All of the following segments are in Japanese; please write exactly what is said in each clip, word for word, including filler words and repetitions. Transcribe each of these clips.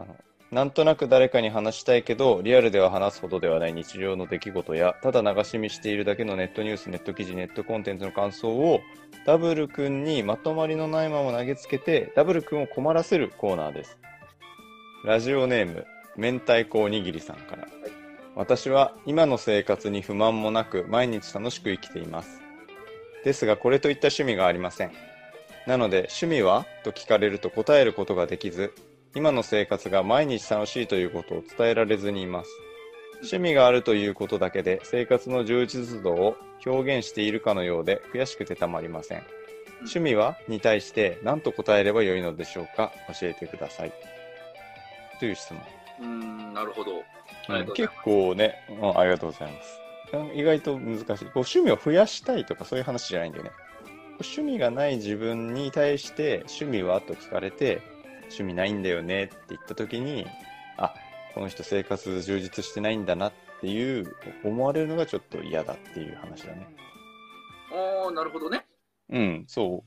あのなんとなく誰かに話したいけどリアルでは話すほどではない日常の出来事や、ただ流し見しているだけのネットニュース、ネット記事、ネットコンテンツの感想をダブル君にまとまりのないまま投げつけてダブル君を困らせるコーナーです。ラジオネーム明太子おにぎりさんから、私は今の生活に不満もなく毎日楽しく生きています。ですがこれといった趣味がありません。なので趣味はと聞かれると答えることができず、今の生活が毎日楽しいということを伝えられずにいます。趣味があるということだけで生活の充実度を表現しているかのようで悔しくてたまりません。趣味はに対して何と答えればよいのでしょうか。教えてください。という質問。 うーん、なるほど。 うん、結構ね、うん、ありがとうございます。意外と難しい。こう趣味を増やしたいとかそういう話じゃないんだよね。趣味がない自分に対して趣味はと聞かれて、趣味ないんだよねって言った時に、あ、この人生活充実してないんだなっていう思われるのがちょっと嫌だっていう話だね。 ああ、なるほどね。 うん、そう。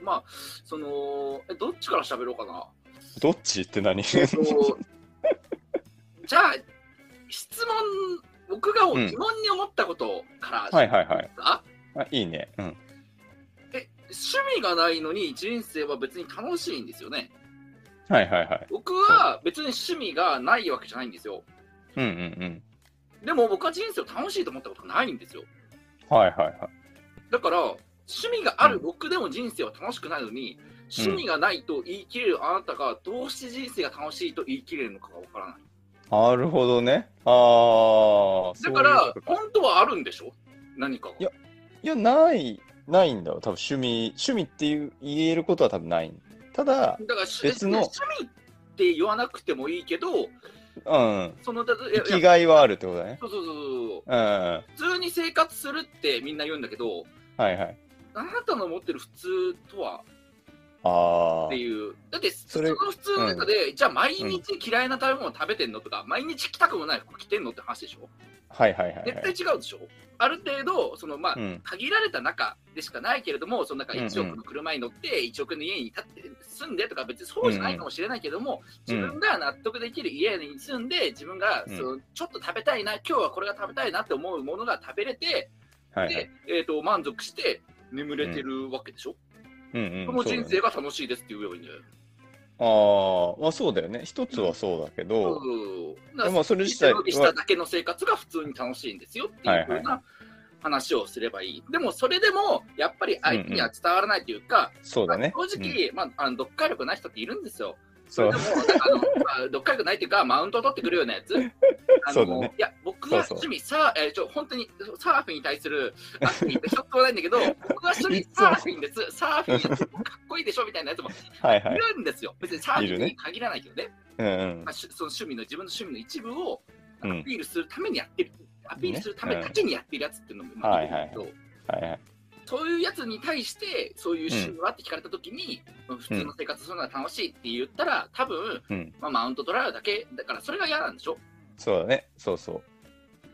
まあ、その、え、どっちから喋ろうかな。 どっちって何？ えっと、じゃあ、質問、僕が疑問に思ったことから、 うん、はいはいはい。 あ、 いいね。うん。 え、趣味がないのに人生は別に楽しいんですよね。 はいはいはい。 僕は別に趣味がないわけじゃないんですよ。 うんうんうん。 でも僕は人生を楽しいと思ったことがないんですよ。 はいはいはい。 だから趣味がある僕でも人生は楽しくないのに、うん、趣味がないと言い切れるあなたがどうして人生が楽しいと言い切れるのかがわからない。 なるほどね。ああ。 だから本当はあるんでしょ、何かが。 いや、いやないないんだよ。多分趣味趣味っていう言えることは多分ない。ただ、だから別の趣味って言わなくてもいいけど、 うん、 その生きがいはあるってことだね。 そうそうそうそう、うん、 普通に生活するってみんな言うんだけど、 はいはい、 あなたの持ってる普通とはあっていう。だってその普通の中で、うん、じゃあ毎日嫌いな食べ物食べてんのとか、うん、毎日着たくもない服着てんのって話でしょ。 はいはいはい、はい、 絶対違うでしょ。ある程度その、まあ、うん、限られた中でしかないけれども、その中いちおくの車に乗っていちおくの家に立って住んでとか、別にそうじゃないかもしれないけども、うん、自分が納得できる家に住んで、自分がそのちょっと食べたいな、今日はこれが食べたいなって思うものが食べれて、はいはい、で、えーと、満足して眠れてるわけでしょ。うんうん、その人生が楽しいですって言えばいいんだよ。 ああ、まあそうだよね。一つはそうだけど、 うん、でもそれ自体はしただけの生活が普通に楽しいんですよっていうふうな話をすればいい。はいはい、でもそれでもやっぱり相手には伝わらないというか、うんうん、そうだね。まあ、正直、うん、まあ、あの読解力ない人っているんですよ。それでもあの、まあ、読解力ないっていうかマウントを取ってくるようなやつ。あのね、いや僕は趣味さ、えー、ちょ本当にサーフィンに対する悪意って一つもないんだけど、僕は趣味サーフィンです。サーフィンかっこいいでしょみたいなやつもいるんですよ。はいはい、別にサーフィンに限らないけどね。うんうん、まあ、その趣味の自分の趣味の一部をアピールするためにやってる、うん、アピールするためだけにやってるやつっていうのもまあいるんだけど。そういうやつに対してそういう趣味はって聞かれたときに、うん、普通の生活するのが楽しいって言ったら多分、うんまあ、マウント取られるだけだから、それが嫌なんでしょ。そうだね、そうそう。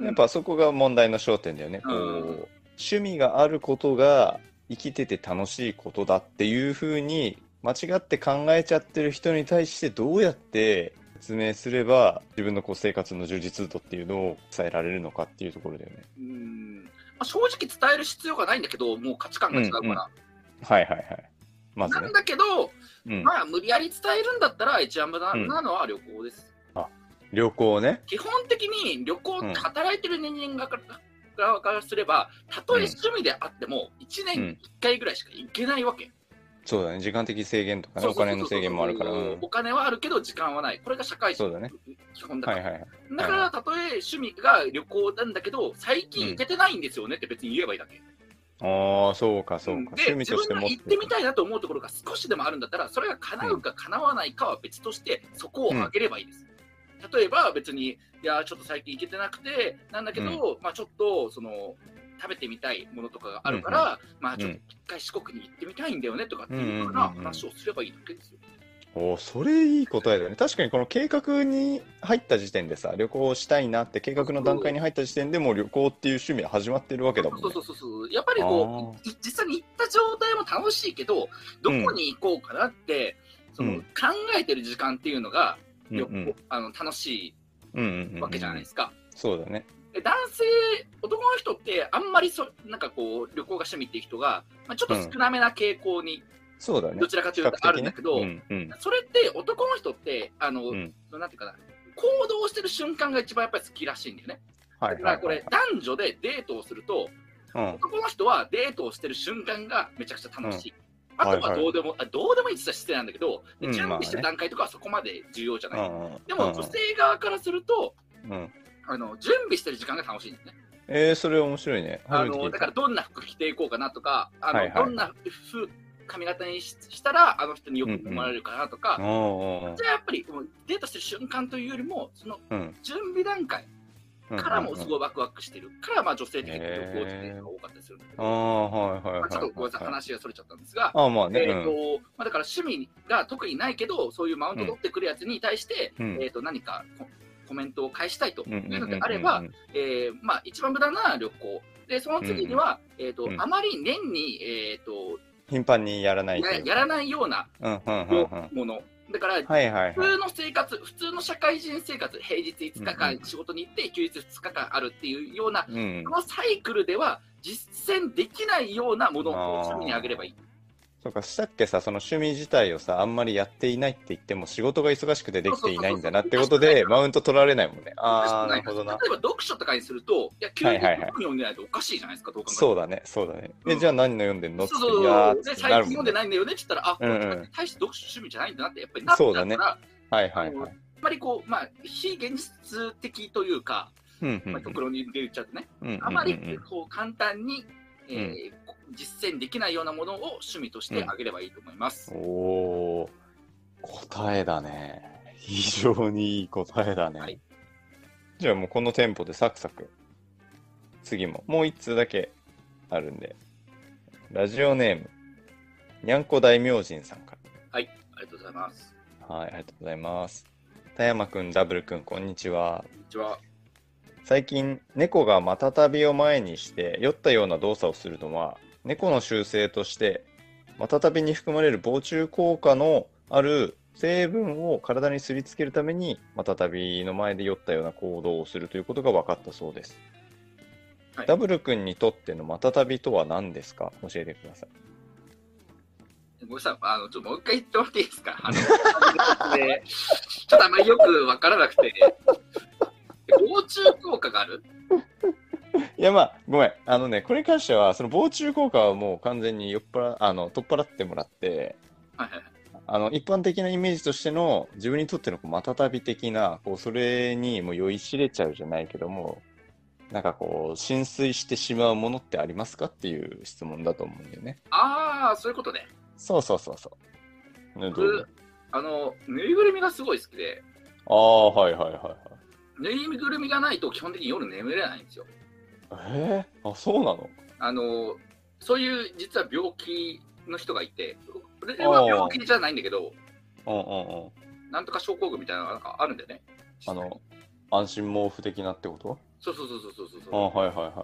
やっぱそこが問題の焦点だよね。うん、こう趣味があることが生きてて楽しいことだっていうふうに間違って考えちゃってる人に対してどうやって説明すれば自分のこう生活の充実度っていうのを伝えられるのかっていうところだよね。うん、まあ、正直伝える必要がないんだけど、もう価値観が違うから、うんうん、はいはいはい、まずね、なんだけど、うん、まあ無理やり伝えるんだったら一番無駄なのは旅行です、うん、あ、旅行ね。基本的に旅行って働いてる人間側からすれば、たとえ趣味であってもいちねんにいっかいぐらいしか行けないわけ、うん、そうだね、時間的制限とかね、お金の制限もあるから、うん、お金はあるけど時間はない。これが社会人の基本だから。はいはいはい、だから、たとえ趣味が旅行なんだけど、最近行けてないんですよねって別に言えばいいだけ。うん、ああ、そうかそうか。で、趣味としても自分が行ってみたいなと思うところが少しでもあるんだったら、それが叶うか叶わないかは別として、そこを上げればいいです。うん、例えば別に、いや、ちょっと最近行けてなくて、なんだけど、うん、まあちょっと、その、食べてみたいものとかがあるから、うんうん、まあちょっと一回四国に行ってみたいんだよねとかっていうような話をすればいいだけですよ。お、それいい答えだね。確かにこの計画に入った時点でさ、旅行したいなって計画の段階に入った時点でもう旅行っていう趣味は始まってるわけだもんね。そうそうそうそう。やっぱりこう実際に行った状態も楽しいけど、どこに行こうかなって、うん、その考えてる時間っていうのがうんうん、あの楽しいわけじゃないですか。うんうんうん、 そうだね。 男性、男の人ってあんまりそなんかこう旅行が趣味っていう人が、まあ、ちょっと少なめな傾向に、 そうだね、 どちらかというとあるんだけど、ねうんうん、それって男の人ってあの、うん、なんていうかな、行動してる瞬間が一番やっぱり好きらしいんだよね。だからこれ男女でデートをすると、うん、男の人はデートをしてる瞬間がめちゃくちゃ楽しい。うん、あとはどうでも、はいはい、どうでもいいって言ったら失礼なんだけど、準備してる段階とかはそこまで重要じゃない。うんまあね、でも女性側からすると、うんあの準備してる時間が楽しいんですね。 えー、それ面白いね。 あのだからどんな服着ていこうかなとか、あの、はいはい、どんな服髪型にしたらあの人によく思われるかなとか、うんうん、じゃあやっぱりデートしてる瞬間というよりもその準備段階からもすごいワクワクしてるから、まあ女性的に旅行っていうのが多かったりするんだけど、あまあ、ちょっとごめんなさい話がそれちゃったんですが、あまあね、えーとまあ、だから趣味が特にないけどそういうマウント取ってくるやつに対して、うん、えーと何かコメントを返したいというのであれば、まあ一番無駄な旅行で、その次には、うんえーとうん、あまり年に、えーと、 頻繁にやらないややらないようなもの。だから、はいはいはい、普通の生活、普通の社会人生活、平日いつかかん仕事に行って、休日ふつかかんあるっていうような、うん、そのサイクルでは実践できないようなものを趣味にあげればいい。 そうか、したっけさ、その趣味自体をさ、あんまりやっていないって言っても、仕事が忙しくてできていないんだなってことで、マウント取られないもんね。ああ、なるほどな。 例えば読書とかにすると、いや、急に本読んでないとおかしいじゃないですか、どう考えても。 そうだね、そうだね。え、じゃあ何の読んでんのってそうそうそう。で、最近読んでないんだよねって言ったら、あ、これ大して読書趣味じゃないんだなって、やっぱりなっちゃうから、はいはいはい。あんまりこう、まあ、非現実的というか、まあ、極論に言っちゃうとね、あまりこう簡単に、えー実践できないようなものを趣味としてあげればいいと思います。 うん、おー、答えだね。非常にいい答えだね。はい、じゃあもうこのテンポでサクサク。次ももう一通だけあるんで。ラジオネーム、にゃんこ大明神さんから。 はい、ありがとうございます。 はい、ありがとうございます。田山くん、ダブルくん、こんにちは。 こんにちは。 最近、猫がまたたびを前にして酔ったような動作をするのは、猫の習性として、またたびに含まれる防虫効果のある成分を体に吸い付けるために、またたびの前で酔ったような行動をするということが分かったそうです。はい、ダブル君にとってのまたたびとは何ですか？教えてください。 ごめんなさい、あのちょっともう一回言ってもらっていいですか？あのちょっとあんまりよく分からなくて、防虫効果がある？ いやまあごめん、あのね、これに関してはその防虫効果はもう完全に酔っ払あの取っ払ってもらって、はいはいはい、あの一般的なイメージとしての自分にとってのこうまたたび的なこうそれにもう酔いしれちゃうじゃないけども、なんかこう浸水してしまうものってありますかっていう質問だと思うんだよね。 ああ、そういうことね。 そうそうそうそう。 ね、僕あのぬいぐるみがすごい好きで。 ああ、はいはいはいはい。 ぬいぐるみがないと基本的に夜眠れないんですよ。 えー、あ、そうなの？ あのそういう実は病気の人がいて、俺は病気じゃないんだけど、うんうんうん、なんとか症候群みたいなのがなんかあるんだよね。 あの安心毛布的なってこと？ そうそうそうそうそうそう。 あ、はいはいはい。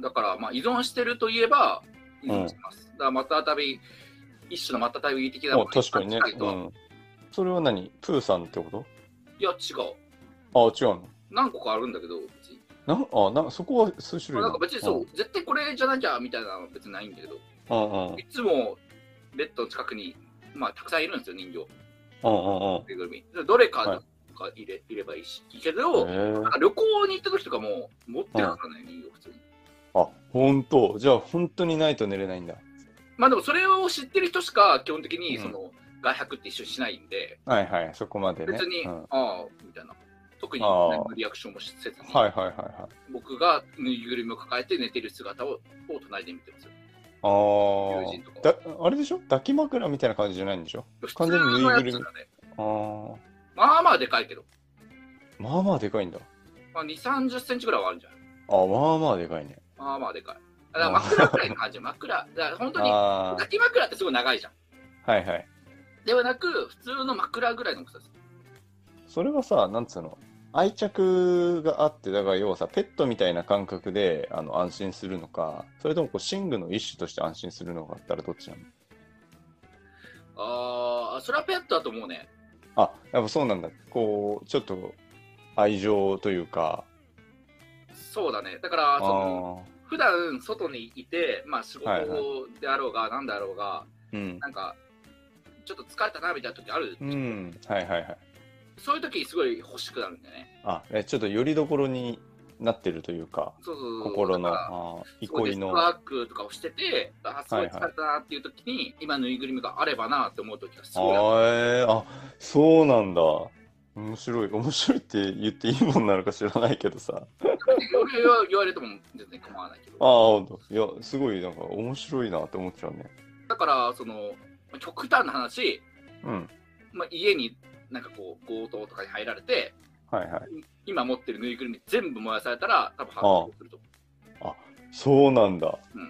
だからまあ依存してるといえば依存してます。うん、だからまたたび一種のまたたび的なものに近いとは。確かにね。うん、それは何？プーさんってこと？ いや違う。 あ、違うの？ 何個かあるんだけど。 なあなそこは数種類なんか別にそう、うん、絶対これじゃなきゃみたいなのは別にないんだけど、うんうん、いつもベッドの近くに、まあ、たくさんいるんですよ、人形。うんうんうん、ぬいぐるみ。どれかが入れ、はい、いればいいし、いいけど、なんか旅行に行った時とかも持ってるからね、うん、人形普通に。 あ、ほんと？じゃあ本当にないと寝れないんだ。 まあでもそれを知ってる人しか基本的にその、うん、外泊って一緒にしないんで、 はいはい、そこまでね。 別に、うん、ああ、みたいな。特に何のリアクションもせずに、 はいはいはいはい、 僕がぬいぐるみを抱えて寝てる姿を隣で見てるんですよ。 あ友人とかだあれでしょ、抱き枕みたいな感じじゃないんでしょ？完全にぬいぐるみ。 あまあまあでかいけど。 まあまあでかいんだ。 まあ、にじゅう、さんじゅっセンチぐらいはあるんじゃない？ ああ、まあまあでかいね。 まあまあでかい。だから枕くらいの感じ。枕。だから本当に抱き枕ってすごい長いじゃん。 はいはい。 ではなく普通の枕ぐらいの大きさです。 それはさ、なんつうの、愛着があって、だから要はさ、ペットみたいな感覚であの安心するのか、それともこう寝具の一種として安心するのかだったらどっちなの？ ああ、それはペットだと思うね。 あ、やっぱそうなんだ。こう、ちょっと愛情というか。 そうだね。だから、その、普段外にいて、まあ仕事であろうが、なんだろうが、 うん、 なんか、ちょっと疲れたなみたいな時ある。 うん、はいはいはい。 そういう時すごい欲しくなるんだよね。 あ、え、ちょっとよりどころになってるというか、 そうそうそう、 心の、あ、憩いの。 デスクワークとかをしてて、あ、すごい疲れたなっていう時に、はいはい、今ぬいぐるみがあればなって思う時がすごいある。 あ、えー、あ、そうなんだ。面白い。面白いって言っていいもんなのか知らないけどさ。 言われても全然構わないけど。 ああ、ほんと。いや、すごいなんか面白いなって思っちゃうね。 だから、その、極端な話、 うん。 まあ、家になんかこう、強盗とかに入られて、 はいはい。 今持ってるぬいぐるみ全部燃やされたら、多分発動すると思う。あ、そうなんだ。 うん。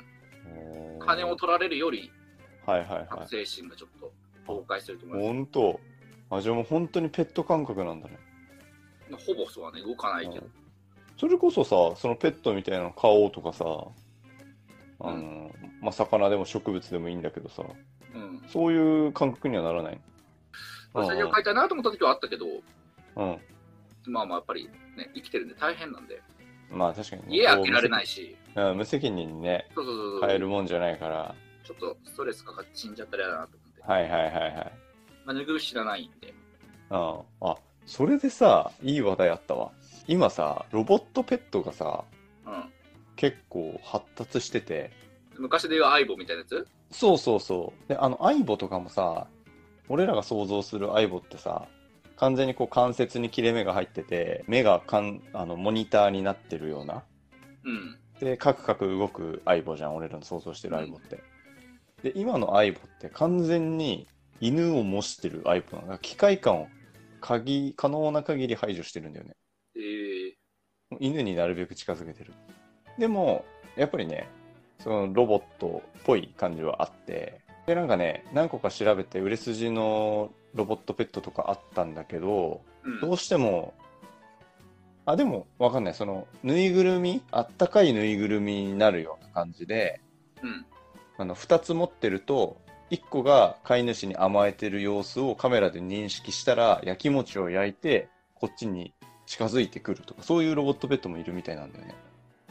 金を取られるより、 はいはいはい。 精神がちょっと崩壊すると思います。 ほんと。あ、じゃあもう本当にペット感覚なんだね。 ほぼそうはね、動かないけど。 それこそさ、そのペットみたいなの飼おうとかさ、あの、うん、まあ、魚でも植物でもいいんだけどさ、うん、そういう感覚にはならない。 最初飼いたいなと思った時はあったけど、 うん。 まあまあやっぱりね、生きてるんで大変なんで。 まあ確かにね。 家開けられないし。 無, 無責任にね、そうそうそう飼えるもんじゃないから。 ちょっとストレスかかって死んじゃったら嫌だなと思って。 はいはいはいはい。 まあ、ぬぐう知らないんで。 ああ、それでさ、いい話題あったわ。今さ、ロボットペットがさ、うん、結構発達してて。 昔で言うアイボみたいなやつ？ そうそうそう。で、あの、アイボとかもさ、俺らが想像するアイボってさ、完全にこう関節に切れ目が入ってて、目がかんあのモニターになってるような。うん。で、カクカク動くアイボじゃん、俺らの想像してるアイボって。うん、で、今のアイボって完全に犬を模してるアイボなの。機械感を鍵可能な限り排除してるんだよね。えー、犬になるべく近づけてる。でも、やっぱりね、そのロボットっぽい感じはあって、で、なんかね、何個か調べて売れ筋のロボットペットとかあったんだけど、うん、どうしても、あ、でもわかんない。その、ぬいぐるみ、あったかいぬいぐるみになるような感じで、うん、あの、二つ持ってると、一個が飼い主に甘えてる様子をカメラで認識したら、焼き餅を焼いて、こっちに近づいてくるとか、そういうロボットペットもいるみたいなんだよね。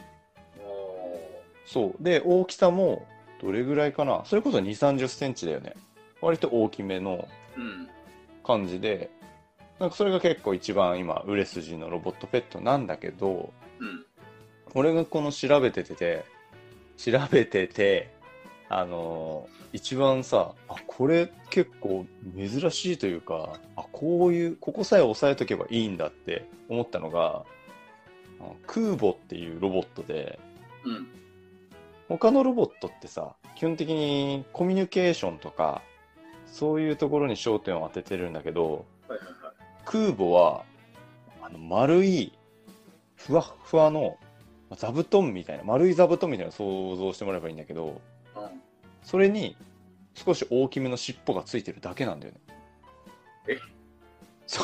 そう。で、大きさも、どれぐらいかな、それこそに、さんじゅっセンチだよね。割と大きめの感じで、うん、なんかそれが結構一番今、売れ筋のロボットペットなんだけど、うん、俺がこの調べてて、調べてて、あのー、一番さ、あ、これ結構珍しいというか、あ、こういう、ここさえ押さえとけばいいんだって思ったのが、クーボっていうロボットで、うん、他のロボットってさ、基本的にコミュニケーションとか、そういうところに焦点を当ててるんだけど、はいはいはい、クーボは、あの、丸い、ふわっふわの、座布団みたいな、丸い座布団みたいなの想像してもらえばいいんだけど、うん、それに少し大きめの尻尾がついてるだけなんだよね。え？そう。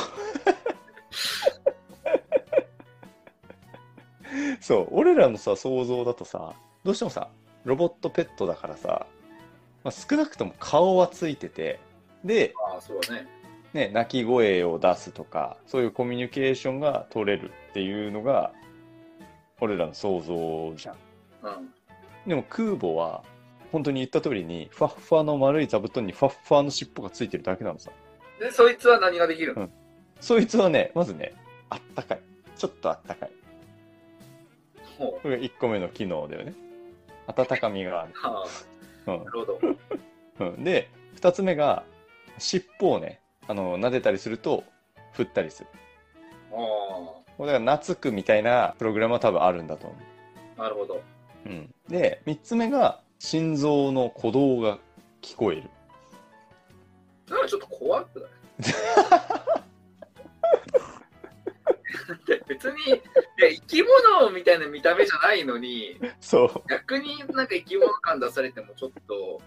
そう、俺らのさ、想像だとさ、どうしてもさ、ロボットペットだからさ、まあ、少なくとも顔はついてて、で、 ああ、そうだね。 ね、鳴き声を出すとか、そういうコミュニケーションが取れるっていうのが、俺らの想像じゃん。うん。でも、クーボは、本当に言った通りに、ふわっふわの丸い座布団にふわっふわの尻尾がついてるだけなのさ。 で、そいつは何ができるの？ うん。そいつはね、まずね、あったかい。ちょっとあったかい。これがいっこめの機能だよね。温かみがある。はあ、うん、なるほど。うん、で、ふたつめが、尻尾をね、あの、撫でたりすると、振ったりする。ああ。だから、懐くみたいなプログラムは多分あるんだと思う。なるほど。 うん。で、みっつめが、心臓の鼓動が聞こえる。 なんかちょっと怖くない？別に生き物みたいな見た目じゃないのに、 そう逆になんか生き物感出されてもちょっと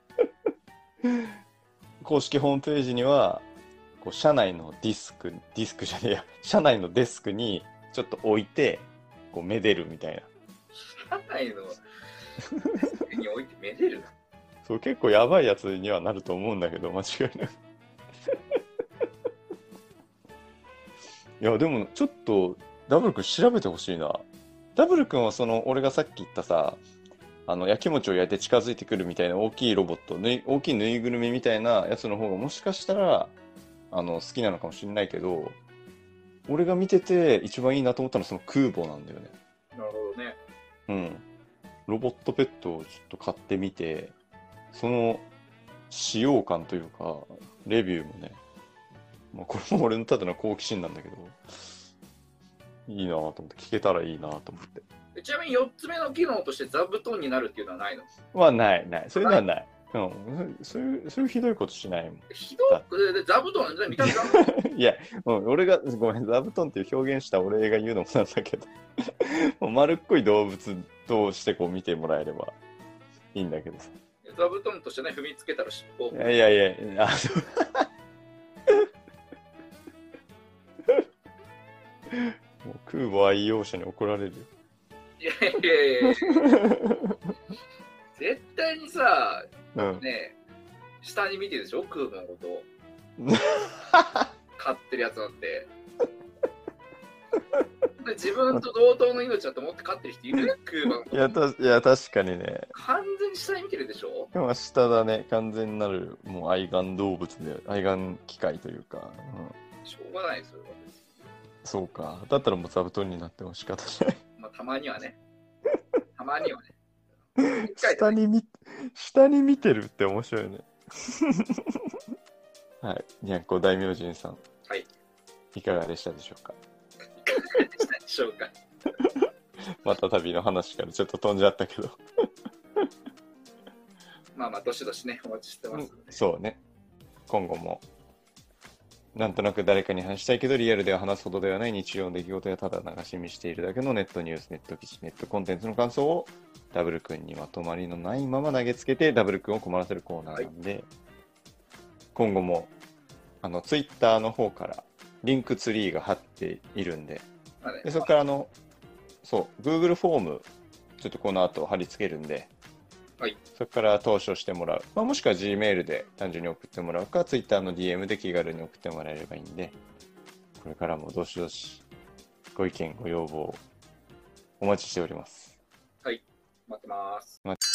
公式ホームページにはこう社内のディスクディスクじゃねえや社内のデスクにちょっと置いてこうめでるみたいな。 社内のデスクに置いてめでるそう結構やばいやつにはなると思うんだけど間違いなくいや、でもちょっとダブル君調べてほしいな。ダブル君はその、俺がさっき言ったさ、あの、焼き餅を焼いて近づいてくるみたいな大きいロボット、ぬい大きいぬいぐるみみたいなやつの方がもしかしたら、あの、好きなのかもしれないけど、俺が見てて一番いいなと思ったのはその空母なんだよね。 なるほどね。 うん。ロボットペットをちょっと買ってみて、その使用感というか、レビューもね、まあ、これも俺のただの好奇心なんだけど、いいなと思って、聞けたらいいなと思って。 ちなみによっつめの機能として座布団になるっていうのはないの？ はない、ない。そういうのはない。うん、そういう、そういうひどいことしないもん。 ひどいで座布団見た目座布団いや、もう俺が、ごめん、座布団っていう表現した俺が言うのもなんだけど、もう丸っこい動物としてこう見てもらえればいいんだけどさ。 座布団としてね、踏みつけたら尻尾。 いやいやいや、あ、そう。もう空母愛用者に怒られるよ。 いやいやいや絶対にさ、うん、ね、下に見てるでしょ、空母のことを。飼ってるやつなんて。自分と同等の命だと思って飼ってる人いる？空母のこと。 いや、たいや確かにね。 完全に下に見てるでしょ。 でも下だね、完全なるもう愛玩動物で、愛玩機械というか。うん、 しょうがないですよ。 そうか。だったらもう座布団になっても仕方ない。 まあ、たまにはね。たまにはね。 下に見、下に見てるって面白いね。はい。にゃんこ大明神さん。 はい。 いかがでしたでしょうか。 いかがでしたでしょうか。 また旅の話からちょっと飛んじゃったけど。 まあまあ、どしどしね、お待ちしてます、ね。 そうね。今後も。なんとなく誰かに話したいけどリアルでは話すほどではない日常の出来事やただ流し見しているだけのネットニュース、ネット記事、ネットコンテンツの感想をダブル君にまとまりのないまま投げつけてダブル君を困らせるコーナーなんで、はい、今後もあのツイッターの方からリンクツリーが貼っているんで、でそこからあのそう Google フォームちょっとこの後貼り付けるんで、 はい、 そこから投書してもらう、まあ、もしくは Gmail で単純に送ってもらうか Twitter の ディーエム で気軽に送ってもらえればいいんで、これからもどしどしご意見ご要望お待ちしております。 はい、待ってます。